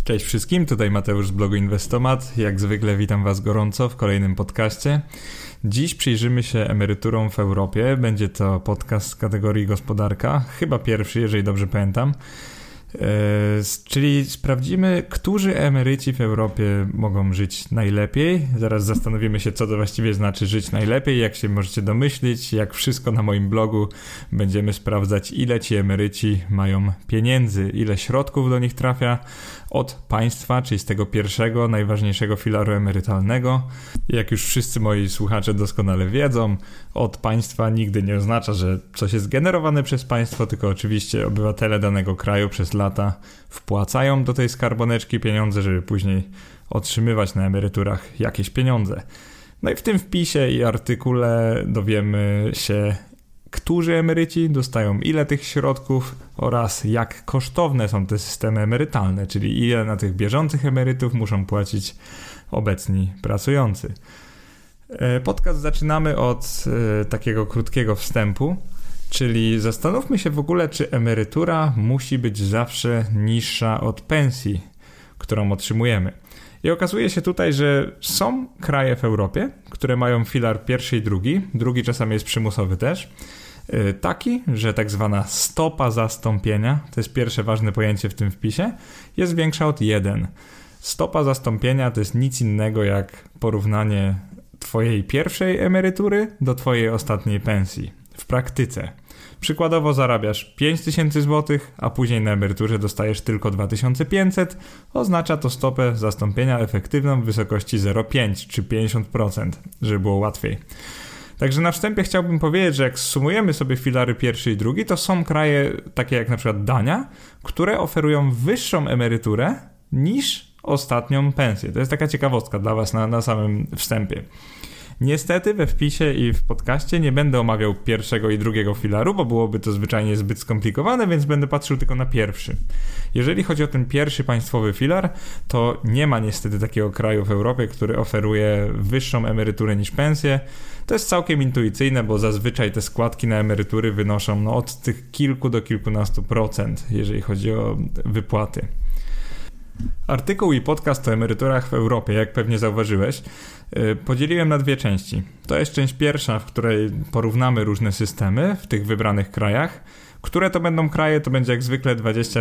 Cześć wszystkim, tutaj Mateusz z blogu Inwestomat. Jak zwykle witam Was gorąco w kolejnym podcaście. Dziś przyjrzymy się emeryturom w Europie. Będzie to podcast z kategorii gospodarka, chyba pierwszy, jeżeli dobrze pamiętam. Czyli sprawdzimy, którzy emeryci w Europie mogą żyć najlepiej. Zaraz zastanowimy się, co to właściwie znaczy żyć najlepiej. Jak się możecie domyślić, jak wszystko na moim blogu, będziemy sprawdzać, ile ci emeryci mają pieniędzy, ile środków do nich trafia od państwa, czyli z tego pierwszego, najważniejszego filaru emerytalnego. Jak już wszyscy moi słuchacze doskonale wiedzą, od państwa nigdy nie oznacza, że coś jest generowane przez państwo, tylko oczywiście obywatele danego kraju przez lata wpłacają do tej skarboneczki pieniądze, żeby później otrzymywać na emeryturach jakieś pieniądze. No i w tym wpisie i artykule dowiemy się, którzy emeryci dostają ile tych środków oraz jak kosztowne są te systemy emerytalne, czyli ile na tych bieżących emerytów muszą płacić obecni pracujący. Podcast zaczynamy od takiego krótkiego wstępu, czyli zastanówmy się w ogóle, czy emerytura musi być zawsze niższa od pensji, którą otrzymujemy. I okazuje się tutaj, że są kraje w Europie, które mają filar pierwszy i drugi czasami jest przymusowy też, taki, że tak zwana stopa zastąpienia, to jest pierwsze ważne pojęcie w tym wpisie, jest większa od 1. Stopa zastąpienia to jest nic innego jak porównanie twojej pierwszej emerytury do twojej ostatniej pensji w praktyce. Przykładowo zarabiasz 5000 zł, a później na emeryturze dostajesz tylko 2500, oznacza to stopę zastąpienia efektywną w wysokości 0,5 czy 50%, żeby było łatwiej. Także na wstępie chciałbym powiedzieć, że jak zsumujemy sobie filary pierwszy i drugi, to są kraje takie jak na przykład Dania, które oferują wyższą emeryturę niż ostatnią pensję. To jest taka ciekawostka dla Was na samym wstępie. Niestety we wpisie i w podcaście nie będę omawiał pierwszego i drugiego filaru, bo byłoby to zwyczajnie zbyt skomplikowane, więc będę patrzył tylko na pierwszy. Jeżeli chodzi o ten pierwszy państwowy filar, to nie ma niestety takiego kraju w Europie, który oferuje wyższą emeryturę niż pensję. To jest całkiem intuicyjne, bo zazwyczaj te składki na emerytury wynoszą od tych kilku do kilkunastu procent, jeżeli chodzi o wypłaty. Artykuł i podcast o emeryturach w Europie, jak pewnie zauważyłeś, podzieliłem na dwie części. To jest część pierwsza, w której porównamy różne systemy w tych wybranych krajach. Które to będą kraje, to będzie jak zwykle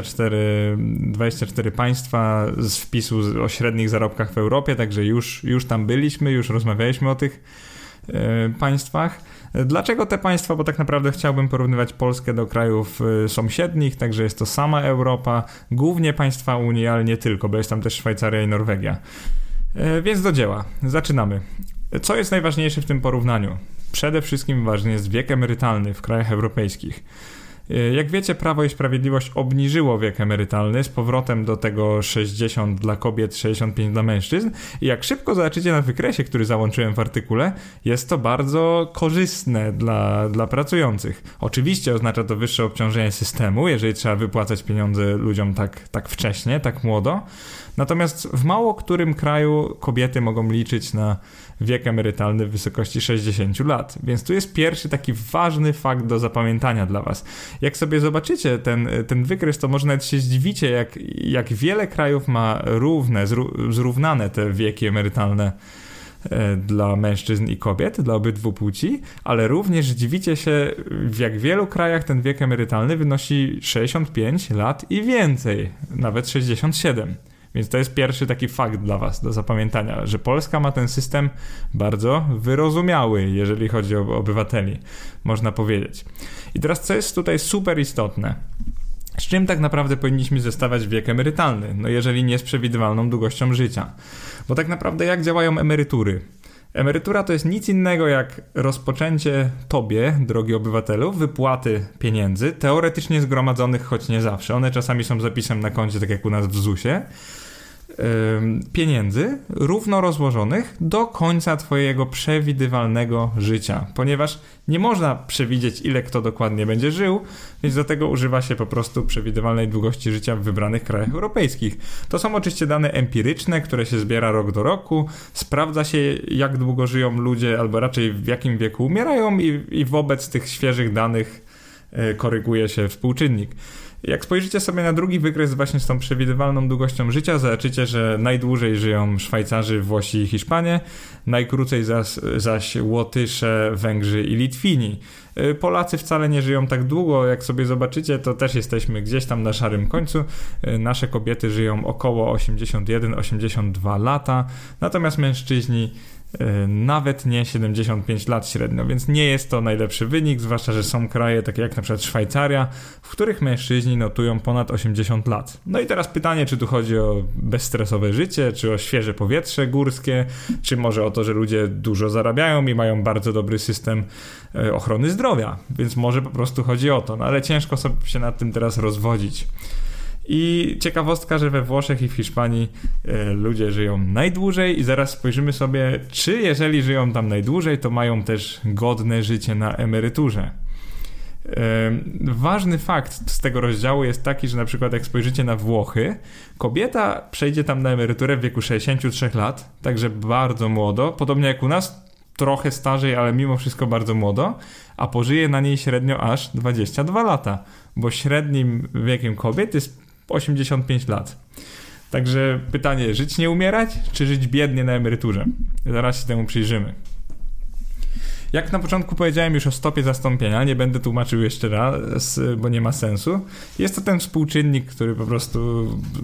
24 państwa z wpisu o średnich zarobkach w Europie, także już tam byliśmy, już rozmawialiśmy o tych państwach. Dlaczego te państwa? Bo tak naprawdę chciałbym porównywać Polskę do krajów sąsiednich, także jest to sama Europa, głównie państwa Unii, ale nie tylko, bo jest tam też Szwajcaria i Norwegia. Więc do dzieła. Zaczynamy. Co jest najważniejsze w tym porównaniu? Przede wszystkim ważny jest wiek emerytalny w krajach europejskich. Jak wiecie, Prawo i Sprawiedliwość obniżyło wiek emerytalny z powrotem do tego 60 dla kobiet, 65 dla mężczyzn i jak szybko zobaczycie na wykresie, który załączyłem w artykule, jest to bardzo korzystne dla pracujących. Oczywiście oznacza to wyższe obciążenie systemu, jeżeli trzeba wypłacać pieniądze ludziom tak wcześnie, tak młodo. Natomiast w mało którym kraju kobiety mogą liczyć na wiek emerytalny w wysokości 60 lat. Więc tu jest pierwszy taki ważny fakt do zapamiętania dla Was. Jak sobie zobaczycie ten wykres, to może nawet się zdziwicie, jak wiele krajów ma zrównane te wieki emerytalne dla mężczyzn i kobiet, dla obydwu płci, ale również zdziwicie się, w jak wielu krajach ten wiek emerytalny wynosi 65 lat i więcej, nawet 67. Więc to jest pierwszy taki fakt dla Was do zapamiętania, że Polska ma ten system bardzo wyrozumiały, jeżeli chodzi o obywateli, można powiedzieć. I teraz co jest tutaj super istotne? Z czym tak naprawdę powinniśmy zestawiać wiek emerytalny? No jeżeli nie z przewidywalną długością życia. Bo tak naprawdę jak działają emerytury? Emerytura to jest nic innego jak rozpoczęcie tobie, drogi obywatelu, wypłaty pieniędzy, teoretycznie zgromadzonych, choć nie zawsze. One czasami są zapisem na koncie, tak jak u nas w ZUS-ie. Pieniędzy równo rozłożonych do końca twojego przewidywalnego życia, ponieważ nie można przewidzieć, ile kto dokładnie będzie żył, więc do tego używa się po prostu przewidywalnej długości życia w wybranych krajach europejskich. To są oczywiście dane empiryczne, które się zbiera rok do roku, sprawdza się, jak długo żyją ludzie, albo raczej w jakim wieku umierają i wobec tych świeżych danych koryguje się współczynnik. Jak spojrzycie sobie na drugi wykres właśnie z tą przewidywalną długością życia, zobaczycie, że najdłużej żyją Szwajcarzy, Włosi i Hiszpanie, najkrócej zaś Łotysze, Węgrzy i Litwini. Polacy wcale nie żyją tak długo, jak sobie zobaczycie, to też jesteśmy gdzieś tam na szarym końcu. Nasze kobiety żyją około 81-82 lata, natomiast mężczyźni nawet nie 75 lat średnio, więc nie jest to najlepszy wynik, zwłaszcza, że są kraje takie jak na przykład Szwajcaria, w których mężczyźni notują ponad 80 lat. No i teraz pytanie, czy tu chodzi o bezstresowe życie, czy o świeże powietrze górskie, czy może o to, że ludzie dużo zarabiają i mają bardzo dobry system ochrony zdrowia, więc może po prostu chodzi o to, no ale ciężko sobie się nad tym teraz rozwodzić. I ciekawostka, że we Włoszech i w Hiszpanii ludzie żyją najdłużej i zaraz spojrzymy sobie, czy jeżeli żyją tam najdłużej, to mają też godne życie na emeryturze. Ważny fakt z tego rozdziału jest taki, że na przykład jak spojrzycie na Włochy, kobieta przejdzie tam na emeryturę w wieku 63 lat, także bardzo młodo, podobnie jak u nas, trochę starzej, ale mimo wszystko bardzo młodo, a pożyje na niej średnio aż 22 lata, bo średnim wiekiem kobiet jest 85 lat. Także pytanie, żyć nie umierać, czy żyć biednie na emeryturze? Zaraz się temu przyjrzymy. Jak na początku powiedziałem już o stopie zastąpienia, nie będę tłumaczył jeszcze raz, bo nie ma sensu. Jest to ten współczynnik, który po prostu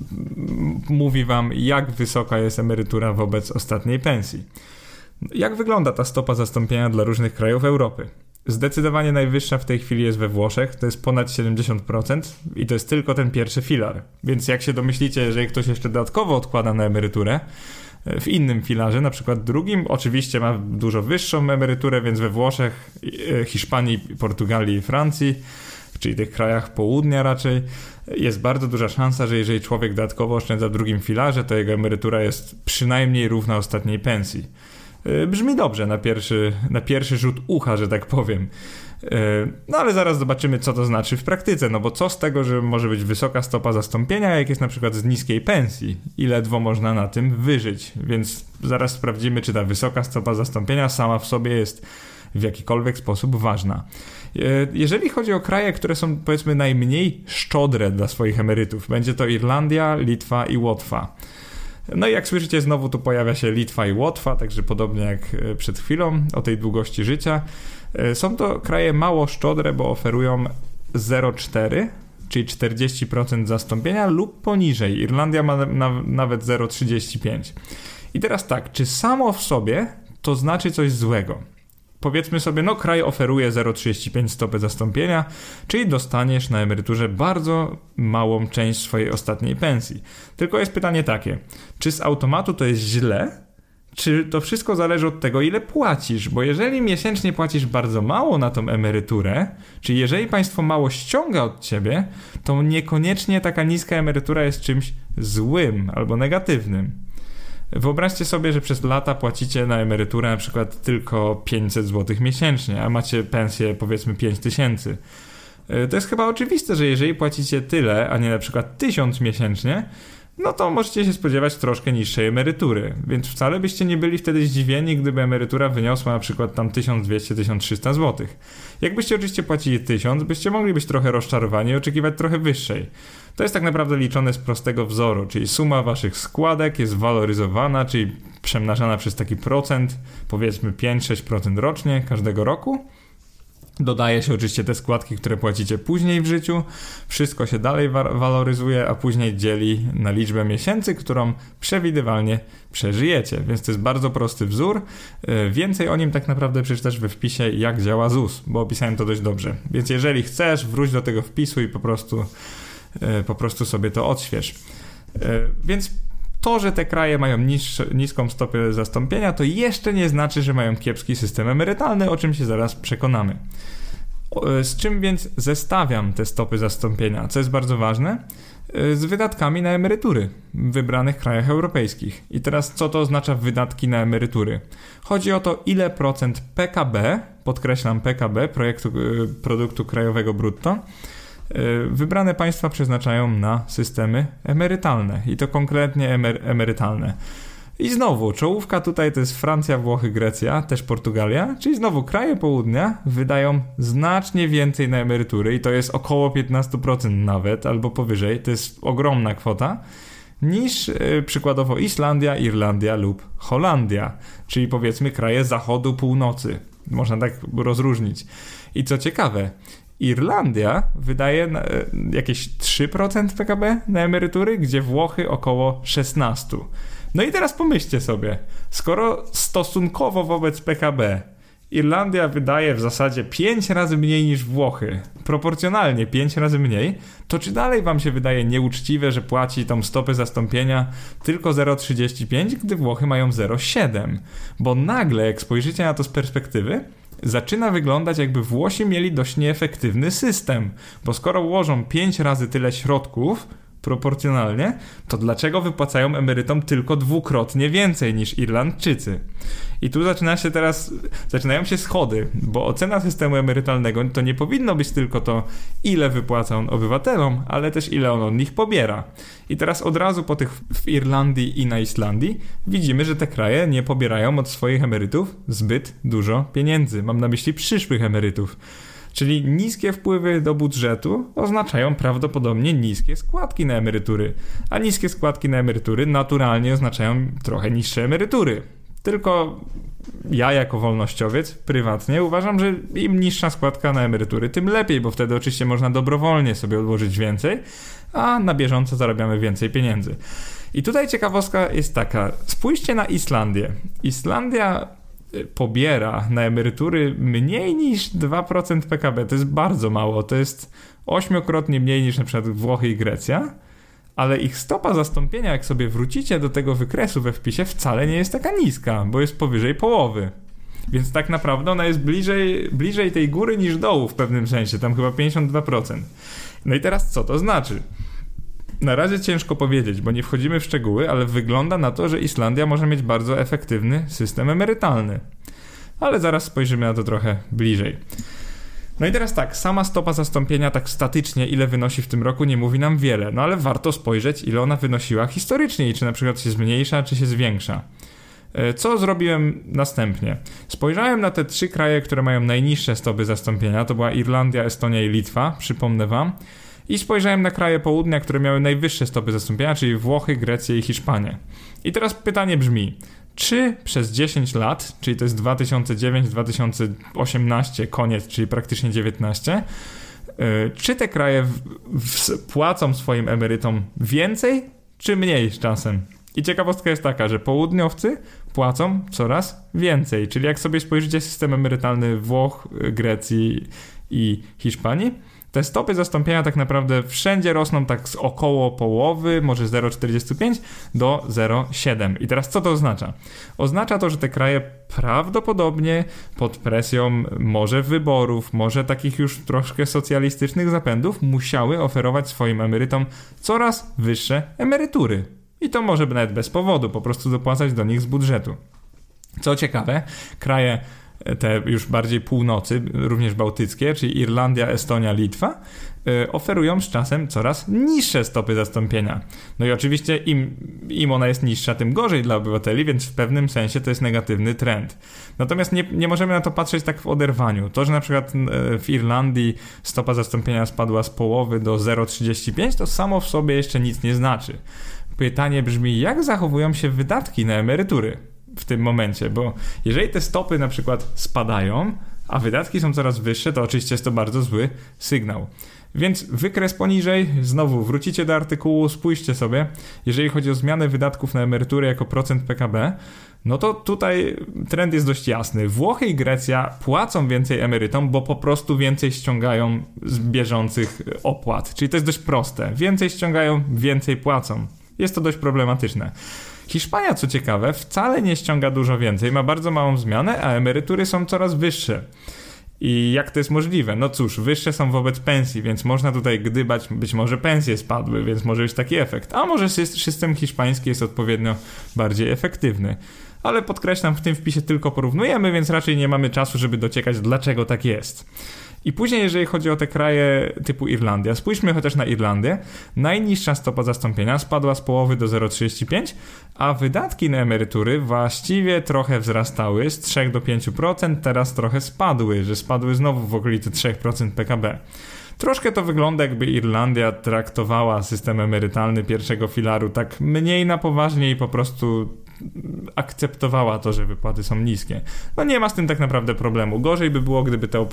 mówi wam, jak wysoka jest emerytura wobec ostatniej pensji. Jak wygląda ta stopa zastąpienia dla różnych krajów Europy? Zdecydowanie najwyższa w tej chwili jest we Włoszech, to jest ponad 70% i to jest tylko ten pierwszy filar. Więc jak się domyślicie, jeżeli ktoś jeszcze dodatkowo odkłada na emeryturę w innym filarze, na przykład drugim, oczywiście ma dużo wyższą emeryturę, więc we Włoszech, Hiszpanii, Portugalii i Francji, czyli tych krajach południa raczej, jest bardzo duża szansa, że jeżeli człowiek dodatkowo oszczędza w drugim filarze, to jego emerytura jest przynajmniej równa ostatniej pensji. Brzmi dobrze na pierwszy rzut ucha, że tak powiem. No ale zaraz zobaczymy, co to znaczy w praktyce, no bo co z tego, że może być wysoka stopa zastąpienia, jak jest na przykład z niskiej pensji i ledwo można na tym wyżyć, więc zaraz sprawdzimy, czy ta wysoka stopa zastąpienia sama w sobie jest w jakikolwiek sposób ważna. Jeżeli chodzi o kraje, które są powiedzmy najmniej szczodre dla swoich emerytów, będzie to Irlandia, Litwa i Łotwa. No i jak słyszycie, znowu tu pojawia się Litwa i Łotwa, także podobnie jak przed chwilą o tej długości życia. Są to kraje mało szczodre, bo oferują 0,4, czyli 40% zastąpienia lub poniżej. Irlandia ma nawet 0,35. I teraz tak, czy samo w sobie to znaczy coś złego? Powiedzmy sobie, no kraj oferuje 0,35 stopy zastąpienia, czyli dostaniesz na emeryturze bardzo małą część swojej ostatniej pensji. Tylko jest pytanie takie, czy z automatu to jest źle, czy to wszystko zależy od tego, ile płacisz? Bo jeżeli miesięcznie płacisz bardzo mało na tą emeryturę, czyli jeżeli państwo mało ściąga od ciebie, to niekoniecznie taka niska emerytura jest czymś złym albo negatywnym. Wyobraźcie sobie, że przez lata płacicie na emeryturę na przykład tylko 500 zł miesięcznie, a macie pensję powiedzmy 5000. To jest chyba oczywiste, że jeżeli płacicie tyle, a nie na przykład 1000 miesięcznie, no to możecie się spodziewać troszkę niższej emerytury, więc wcale byście nie byli wtedy zdziwieni, gdyby emerytura wyniosła na przykład tam 1200-1300 zł. Jakbyście oczywiście płacili 1000, byście mogli być trochę rozczarowani i oczekiwać trochę wyższej. To jest tak naprawdę liczone z prostego wzoru, czyli suma waszych składek jest waloryzowana, czyli przemnażana przez taki procent, powiedzmy 5-6% rocznie każdego roku. Dodaje się oczywiście te składki, które płacicie później w życiu. Wszystko się dalej waloryzuje, a później dzieli na liczbę miesięcy, którą przewidywalnie przeżyjecie. Więc to jest bardzo prosty wzór. Więcej o nim tak naprawdę przeczytasz we wpisie Jak działa ZUS, bo opisałem to dość dobrze. Więc jeżeli chcesz, wróć do tego wpisu i po prostu sobie to odśwież. Więc to, że te kraje mają niską stopę zastąpienia, to jeszcze nie znaczy, że mają kiepski system emerytalny, o czym się zaraz przekonamy. Z czym więc zestawiam te stopy zastąpienia? Co jest bardzo ważne? Z wydatkami na emerytury w wybranych krajach europejskich. I teraz co to oznacza wydatki na emerytury? Chodzi o to, ile procent PKB, podkreślam PKB, produktu krajowego brutto, wybrane państwa przeznaczają na systemy emerytalne i to konkretnie emerytalne. I znowu, czołówka tutaj to jest Francja, Włochy, Grecja, też Portugalia, czyli znowu kraje południa wydają znacznie więcej na emerytury i to jest około 15% nawet, albo powyżej, to jest ogromna kwota, niż przykładowo Islandia, Irlandia lub Holandia, czyli powiedzmy kraje zachodu, północy. Można tak rozróżnić. I co ciekawe, Irlandia wydaje jakieś 3% PKB na emerytury, gdzie Włochy około 16%. No i teraz pomyślcie sobie, skoro stosunkowo wobec PKB Irlandia wydaje w zasadzie 5 razy mniej niż Włochy, proporcjonalnie 5 razy mniej, to czy dalej wam się wydaje nieuczciwe, że płaci tą stopę zastąpienia tylko 0,35, gdy Włochy mają 0,7? Bo nagle, jak spojrzycie na to z perspektywy, zaczyna wyglądać, jakby Włosi mieli dość nieefektywny system, bo skoro ułożą 5 razy tyle środków proporcjonalnie, to dlaczego wypłacają emerytom tylko dwukrotnie więcej niż Irlandczycy? I tu zaczynają się schody, bo ocena systemu emerytalnego to nie powinno być tylko to, ile wypłaca on obywatelom, ale też ile on od nich pobiera. I teraz od razu po tych w Irlandii i na Islandii widzimy, że te kraje nie pobierają od swoich emerytów zbyt dużo pieniędzy. Mam na myśli przyszłych emerytów. Czyli niskie wpływy do budżetu oznaczają prawdopodobnie niskie składki na emerytury, a niskie składki na emerytury naturalnie oznaczają trochę niższe emerytury. Tylko ja jako wolnościowiec prywatnie uważam, że im niższa składka na emerytury, tym lepiej, bo wtedy oczywiście można dobrowolnie sobie odłożyć więcej, a na bieżąco zarabiamy więcej pieniędzy. I tutaj ciekawostka jest taka, spójrzcie na Islandię. Islandia pobiera na emerytury mniej niż 2% PKB. To jest bardzo mało. To jest 8-krotnie mniej niż na przykład Włochy i Grecja, ale ich stopa zastąpienia, jak sobie wrócicie do tego wykresu we wpisie, wcale nie jest taka niska, bo jest powyżej połowy. Więc tak naprawdę ona jest bliżej tej góry niż dołu w pewnym sensie, tam chyba 52%. No i teraz co to znaczy? Na razie ciężko powiedzieć, bo nie wchodzimy w szczegóły, ale wygląda na to, że Islandia może mieć bardzo efektywny system emerytalny. Ale zaraz spojrzymy na to trochę bliżej. No i teraz tak, sama stopa zastąpienia tak statycznie, ile wynosi w tym roku, nie mówi nam wiele, no ale warto spojrzeć, ile ona wynosiła historycznie i czy na przykład się zmniejsza, czy się zwiększa. Co zrobiłem następnie? Spojrzałem na te 3 kraje, które mają najniższe stopy zastąpienia, to była Irlandia, Estonia i Litwa, przypomnę wam. I spojrzałem na kraje południa, które miały najwyższe stopy zastąpienia, czyli Włochy, Grecję i Hiszpanię. I teraz pytanie brzmi, czy przez 10 lat, czyli to jest 2009-2018, koniec, czyli praktycznie 19, czy te kraje płacą swoim emerytom więcej, czy mniej z czasem? I ciekawostka jest taka, że południowcy płacą coraz więcej, czyli jak sobie spojrzycie system emerytalny Włoch, Grecji i Hiszpanii, te stopy zastąpienia tak naprawdę wszędzie rosną tak z około połowy, może 0,45 do 0,7. I teraz co to oznacza? Oznacza to, że te kraje prawdopodobnie pod presją może wyborów, może takich już troszkę socjalistycznych zapędów musiały oferować swoim emerytom coraz wyższe emerytury. I to może nawet bez powodu, po prostu dopłacać do nich z budżetu. Co ciekawe, kraje te już bardziej północy, również bałtyckie, czyli Irlandia, Estonia, Litwa, oferują z czasem coraz niższe stopy zastąpienia. No i oczywiście im ona jest niższa, tym gorzej dla obywateli, więc w pewnym sensie to jest negatywny trend. Natomiast nie możemy na to patrzeć tak w oderwaniu. To, że na przykład w Irlandii stopa zastąpienia spadła z połowy do 0,35, to samo w sobie jeszcze nic nie znaczy. Pytanie brzmi, jak zachowują się wydatki na emerytury w tym momencie, bo jeżeli te stopy na przykład spadają, a wydatki są coraz wyższe, to oczywiście jest to bardzo zły sygnał. Więc wykres poniżej, znowu wrócicie do artykułu, spójrzcie sobie, jeżeli chodzi o zmianę wydatków na emerytury jako procent PKB, no to tutaj trend jest dość jasny. Włochy i Grecja płacą więcej emerytom, bo po prostu więcej ściągają z bieżących opłat. Czyli to jest dość proste. Więcej ściągają, więcej płacą. Jest to dość problematyczne. Hiszpania, co ciekawe, wcale nie ściąga dużo więcej, ma bardzo małą zmianę, a emerytury są coraz wyższe. I jak to jest możliwe? No cóż, wyższe są wobec pensji, więc można tutaj gdybać, być może pensje spadły, więc może być taki efekt. A może system hiszpański jest odpowiednio bardziej efektywny. Ale podkreślam, w tym wpisie tylko porównujemy, więc raczej nie mamy czasu, żeby dociekać, dlaczego tak jest. I później, jeżeli chodzi o te kraje typu Irlandia, spójrzmy chociaż na Irlandię. Najniższa stopa zastąpienia spadła z połowy do 0,35, a wydatki na emerytury właściwie trochę wzrastały z 3 do 5%, teraz trochę spadły, że spadły znowu w okolicy 3% PKB. Troszkę to wygląda, jakby Irlandia traktowała system emerytalny pierwszego filaru tak mniej na poważnie i po prostu akceptowała to, że wypłaty są niskie. No nie ma z tym tak naprawdę problemu. Gorzej by było, gdyby te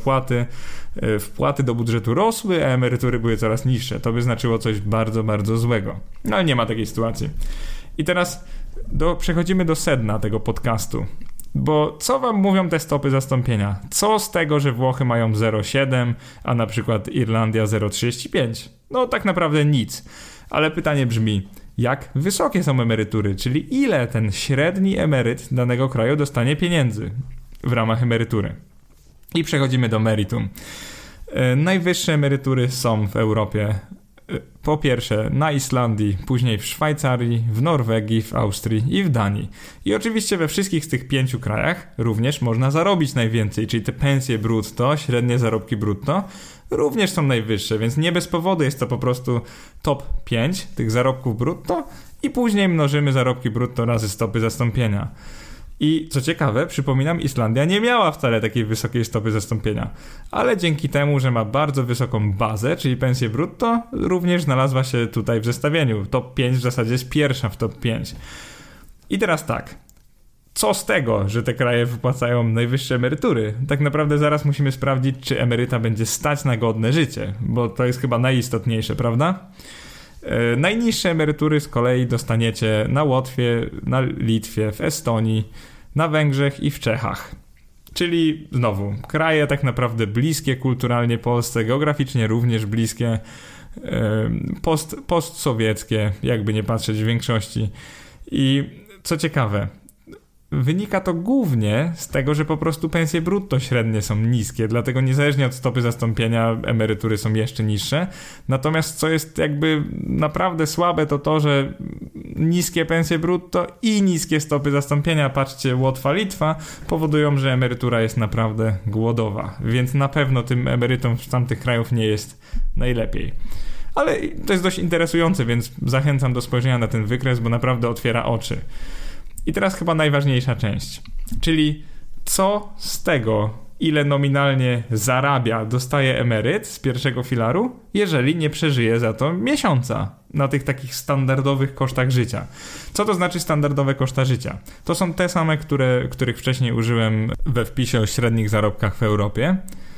wpłaty do budżetu rosły, a emerytury były coraz niższe. To by znaczyło coś bardzo, bardzo złego. No ale nie ma takiej sytuacji. I teraz przechodzimy do sedna tego podcastu. Bo co wam mówią te stopy zastąpienia? Co z tego, że Włochy mają 0,7, a na przykład Irlandia 0,35? No tak naprawdę nic. Ale pytanie brzmi, jak wysokie są emerytury? Czyli ile ten średni emeryt danego kraju dostanie pieniędzy w ramach emerytury? I przechodzimy do meritum. Najwyższe emerytury są w Europie. Po pierwsze na Islandii, później w Szwajcarii, w Norwegii, w Austrii i w Danii. I oczywiście we wszystkich z tych 5 krajach również można zarobić najwięcej, czyli te pensje brutto, średnie zarobki brutto również są najwyższe, więc nie bez powodu jest to po prostu top 5 tych zarobków brutto i później mnożymy zarobki brutto razy stopy zastąpienia. I co ciekawe, przypominam, Islandia nie miała wcale takiej wysokiej stopy zastąpienia, ale dzięki temu, że ma bardzo wysoką bazę, czyli pensję brutto, również znalazła się tutaj w zestawieniu. Top 5 w zasadzie jest pierwsza w top 5. I teraz tak, co z tego, że te kraje wypłacają najwyższe emerytury? Tak naprawdę zaraz musimy sprawdzić, czy emeryta będzie stać na godne życie, bo to jest chyba najistotniejsze, prawda? Najniższe emerytury z kolei dostaniecie na Łotwie, na Litwie, w Estonii, na Węgrzech i w Czechach. Czyli znowu, kraje tak naprawdę bliskie kulturalnie Polsce, geograficznie również bliskie, postsowieckie, jakby nie patrzeć w większości. I co ciekawe, wynika to głównie z tego, że po prostu pensje brutto średnie są niskie, dlatego niezależnie od stopy zastąpienia emerytury są jeszcze niższe. Natomiast co jest jakby naprawdę słabe, to, że niskie pensje brutto i niskie stopy zastąpienia, patrzcie, Łotwa, Litwa, powodują, że emerytura jest naprawdę głodowa, więc na pewno tym emerytom z tamtych krajów nie jest najlepiej. Ale to jest dość interesujące, więc zachęcam do spojrzenia na ten wykres, bo naprawdę otwiera oczy. I teraz chyba najważniejsza część, czyli co z tego, ile nominalnie dostaje emeryt z pierwszego filaru, jeżeli nie przeżyje za to miesiąca na tych takich standardowych kosztach życia. Co to znaczy standardowe koszta życia? To są te same, których wcześniej użyłem we wpisie o średnich zarobkach w Europie,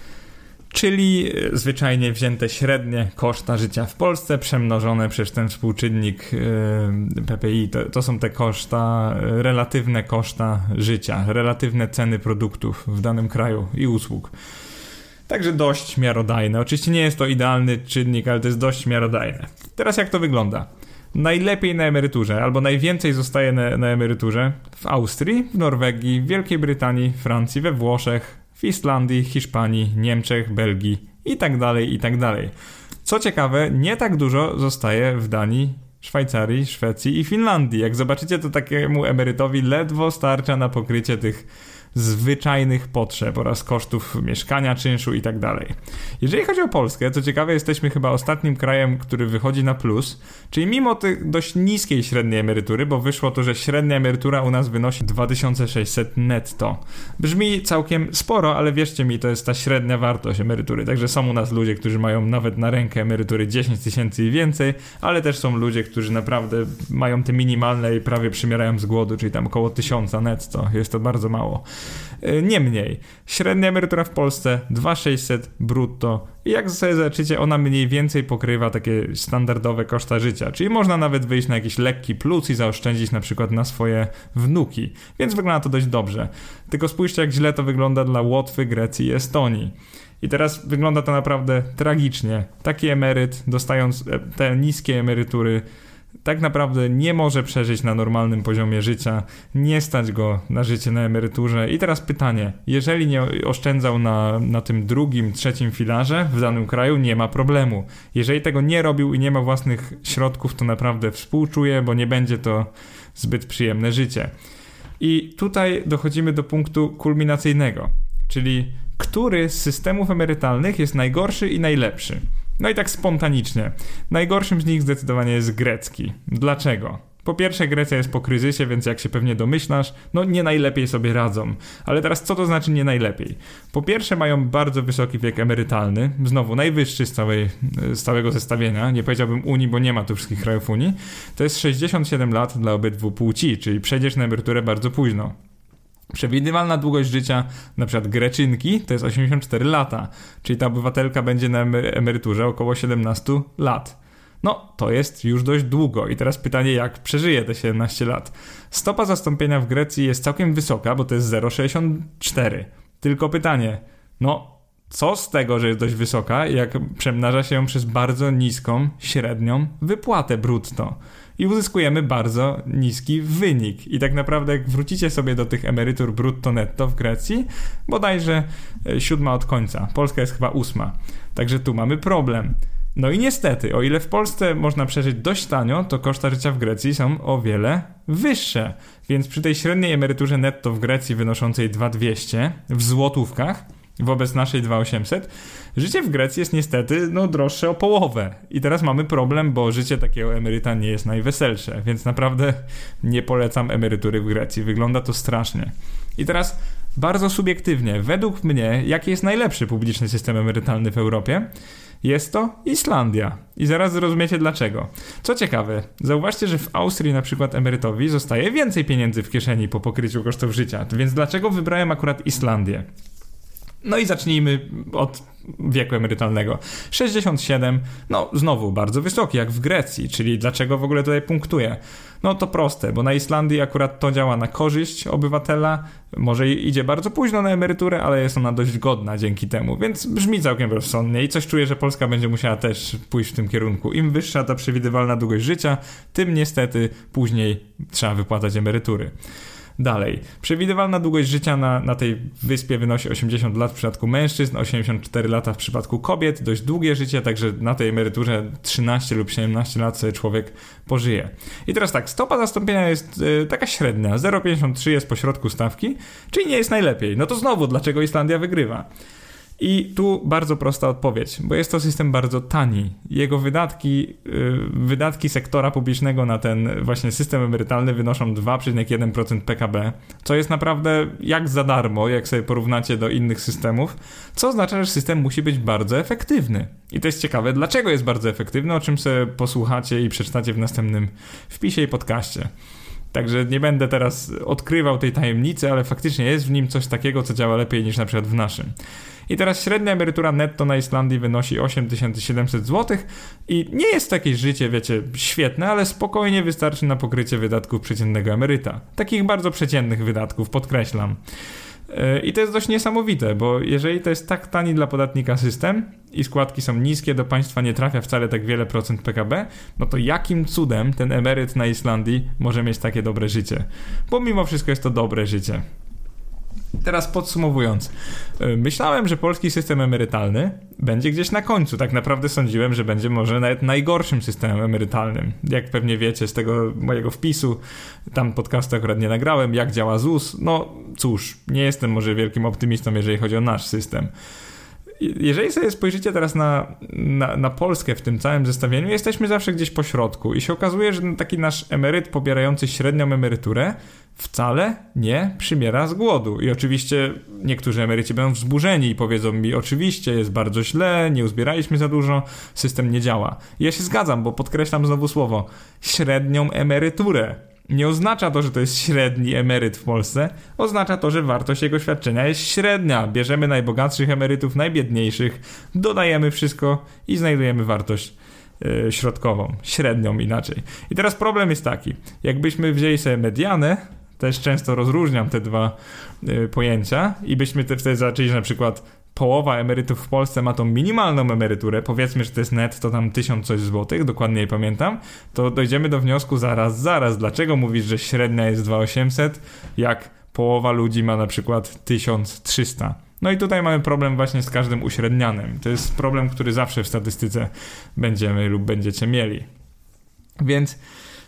czyli zwyczajnie wzięte średnie koszta życia w Polsce przemnożone przez ten współczynnik PPI. To są te koszta, relatywne koszta życia, relatywne ceny produktów w danym kraju i usług. Także dość miarodajne. Oczywiście nie jest to idealny czynnik, ale to jest dość miarodajne. Teraz jak to wygląda? Najlepiej na emeryturze, albo najwięcej zostaje na emeryturze w Austrii, w Norwegii, w Wielkiej Brytanii, Francji, we Włoszech, w Islandii, Hiszpanii, Niemczech, Belgii i tak dalej, i tak dalej. Co ciekawe, nie tak dużo zostaje w Danii, Szwajcarii, Szwecji i Finlandii. Jak zobaczycie, to takiemu emerytowi ledwo starcza na pokrycie tych zwyczajnych potrzeb oraz kosztów mieszkania, czynszu i tak dalej. Jeżeli chodzi o Polskę, co ciekawe, jesteśmy chyba ostatnim krajem, który wychodzi na plus, czyli mimo tej dość niskiej średniej emerytury, bo wyszło to, że średnia emerytura u nas wynosi 2600 netto. Brzmi całkiem sporo, ale wierzcie mi, to jest ta średnia wartość emerytury, także są u nas ludzie, którzy mają nawet na rękę emerytury 10 tysięcy i więcej, ale też są ludzie, którzy naprawdę mają te minimalne i prawie przymierają z głodu, czyli tam około 1000 netto, jest to bardzo mało. Niemniej, średnia emerytura w Polsce 2600 brutto i jak sobie zobaczycie, ona mniej więcej pokrywa takie standardowe koszta życia, czyli można nawet wyjść na jakiś lekki plus i zaoszczędzić na przykład na swoje wnuki, więc wygląda to dość dobrze. Tylko spójrzcie, jak źle to wygląda dla Łotwy, Grecji i Estonii. I teraz wygląda to naprawdę tragicznie. Taki emeryt, dostając te niskie emerytury, tak naprawdę nie może przeżyć na normalnym poziomie życia, nie stać go na życie na emeryturze. I teraz pytanie, jeżeli nie oszczędzał na tym drugim, trzecim filarze w danym kraju, nie ma problemu. Jeżeli tego nie robił i nie ma własnych środków, to naprawdę współczuję, bo nie będzie to zbyt przyjemne życie. I tutaj dochodzimy do punktu kulminacyjnego, czyli który z systemów emerytalnych jest najgorszy i najlepszy. No i tak spontanicznie. Najgorszym z nich zdecydowanie jest grecki. Dlaczego? Po pierwsze, Grecja jest po kryzysie, więc jak się pewnie domyślasz, no nie najlepiej sobie radzą. Ale teraz co to znaczy nie najlepiej? Po pierwsze, mają bardzo wysoki wiek emerytalny, znowu najwyższy z całego zestawienia, nie powiedziałbym Unii, bo nie ma tu wszystkich krajów Unii. To jest 67 lat dla obydwu płci, czyli przejdziesz na emeryturę bardzo późno. Przewidywalna długość życia na przykład Greczynki to jest 84 lata, czyli ta obywatelka będzie na emeryturze około 17 lat. No, to jest już dość długo i teraz pytanie, jak przeżyje te 17 lat. Stopa zastąpienia w Grecji jest całkiem wysoka, bo to jest 0,64. Tylko pytanie, no co z tego, że jest dość wysoka, jak przemnaża się ją przez bardzo niską, średnią wypłatę brutto. I uzyskujemy bardzo niski wynik. I tak naprawdę jak wrócicie sobie do tych emerytur brutto netto w Grecji, bodajże 7 od końca. Polska jest chyba 8. Także tu mamy problem. No i niestety, o ile w Polsce można przeżyć dość tanio, to koszta życia w Grecji są o wiele wyższe. Więc przy tej średniej emeryturze netto w Grecji wynoszącej 2200 w złotówkach, wobec naszej 2800, życie w Grecji jest niestety droższe o połowę. I teraz mamy problem, bo życie takiego emeryta nie jest najweselsze, więc naprawdę nie polecam emerytury w Grecji. Wygląda to strasznie. I teraz bardzo subiektywnie, według mnie, jaki jest najlepszy publiczny system emerytalny w Europie? Jest to Islandia. I zaraz zrozumiecie dlaczego. Co ciekawe, zauważcie, że w Austrii na przykład emerytowi zostaje więcej pieniędzy w kieszeni po pokryciu kosztów życia. Więc dlaczego wybrałem akurat Islandię? No i zacznijmy od wieku emerytalnego. 67, znowu bardzo wysoki, jak w Grecji, czyli dlaczego w ogóle tutaj punktuję? No to proste, bo na Islandii akurat to działa na korzyść obywatela, może idzie bardzo późno na emeryturę, ale jest ona dość godna dzięki temu, więc brzmi całkiem rozsądnie i coś czuję, że Polska będzie musiała też pójść w tym kierunku. Im wyższa ta przewidywalna długość życia, tym niestety później trzeba wypłacać emerytury. Dalej, przewidywalna długość życia na tej wyspie wynosi 80 lat w przypadku mężczyzn, 84 lata w przypadku kobiet, dość długie życie, także na tej emeryturze 13 lub 17 lat sobie człowiek pożyje. I teraz tak, stopa zastąpienia jest taka średnia, 0,53 jest pośrodku stawki, czyli nie jest najlepiej. No to znowu, dlaczego Islandia wygrywa? I tu bardzo prosta odpowiedź, bo jest to system bardzo tani. Jego wydatki sektora publicznego na ten właśnie system emerytalny wynoszą 2,1% PKB, co jest naprawdę jak za darmo, jak sobie porównacie do innych systemów, co oznacza, że system musi być bardzo efektywny. I to jest ciekawe, dlaczego jest bardzo efektywny, o czym sobie posłuchacie i przeczytacie w następnym wpisie i podcaście. Także nie będę teraz odkrywał tej tajemnicy, ale faktycznie jest w nim coś takiego, co działa lepiej niż na przykład w naszym. I teraz średnia emerytura netto na Islandii wynosi 8700 zł i nie jest to jakieś życie, wiecie, świetne, ale spokojnie wystarczy na pokrycie wydatków przeciętnego emeryta. Takich bardzo przeciętnych wydatków, podkreślam. I to jest dość niesamowite, bo jeżeli to jest tak tani dla podatnika system i składki są niskie, do państwa nie trafia wcale tak wiele procent PKB, no to jakim cudem ten emeryt na Islandii może mieć takie dobre życie? Bo mimo wszystko jest to dobre życie. Teraz podsumowując, myślałem, że polski system emerytalny będzie gdzieś na końcu. Tak naprawdę sądziłem, że będzie może nawet najgorszym systemem emerytalnym. Jak pewnie wiecie z tego mojego wpisu, tam podcastu akurat nie nagrałem, jak działa ZUS. No cóż, nie jestem może wielkim optymistą, jeżeli chodzi o nasz system. Jeżeli sobie spojrzycie teraz na Polskę w tym całym zestawieniu, jesteśmy zawsze gdzieś po środku i się okazuje, że taki nasz emeryt pobierający średnią emeryturę wcale nie przymiera z głodu. I oczywiście niektórzy emeryci będą wzburzeni i powiedzą mi, oczywiście jest bardzo źle, nie uzbieraliśmy za dużo, system nie działa. I ja się zgadzam, bo podkreślam znowu słowo, średnią emeryturę. Nie oznacza to, że to jest średni emeryt w Polsce, oznacza to, że wartość jego świadczenia jest średnia. Bierzemy najbogatszych emerytów, najbiedniejszych, dodajemy wszystko i znajdujemy wartość środkową, średnią inaczej. I teraz problem jest taki, jakbyśmy wzięli sobie medianę, też często rozróżniam te dwa pojęcia i byśmy wtedy zaczęli, że na przykład połowa emerytów w Polsce ma tą minimalną emeryturę, powiedzmy, że to jest netto tam 1000 coś złotych, dokładnie nie pamiętam, to dojdziemy do wniosku zaraz, dlaczego mówisz, że średnia jest 2800, jak połowa ludzi ma na przykład 1300. No i tutaj mamy problem właśnie z każdym uśrednianym. To jest problem, który zawsze w statystyce będziemy lub będziecie mieli. Więc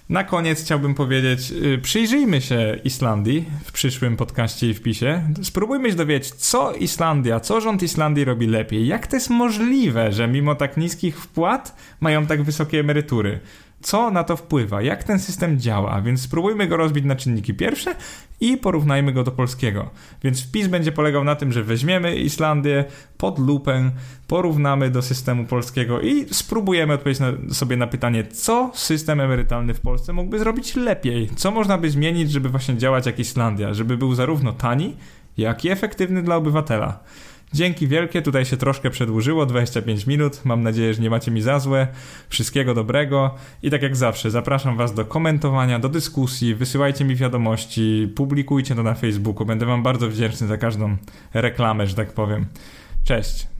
Na koniec chciałbym powiedzieć, przyjrzyjmy się Islandii w przyszłym podcaście i wpisie. Spróbujmy się dowiedzieć, co Islandia, co rząd Islandii robi lepiej. Jak to jest możliwe, że mimo tak niskich wpłat mają tak wysokie emerytury? Co na to wpływa? Jak ten system działa? Więc spróbujmy go rozbić na czynniki pierwsze i porównajmy go do polskiego. Więc wpis będzie polegał na tym, że weźmiemy Islandię pod lupę, porównamy do systemu polskiego i spróbujemy odpowiedzieć sobie na pytanie, co system emerytalny w Polsce mógłby zrobić lepiej? Co można by zmienić, żeby właśnie działać jak Islandia? Żeby był zarówno tani, jak i efektywny dla obywatela. Dzięki wielkie, tutaj się troszkę przedłużyło, 25 minut, mam nadzieję, że nie macie mi za złe, wszystkiego dobrego i tak jak zawsze zapraszam was do komentowania, do dyskusji, wysyłajcie mi wiadomości, publikujcie to na Facebooku, będę wam bardzo wdzięczny za każdą reklamę, że tak powiem. Cześć!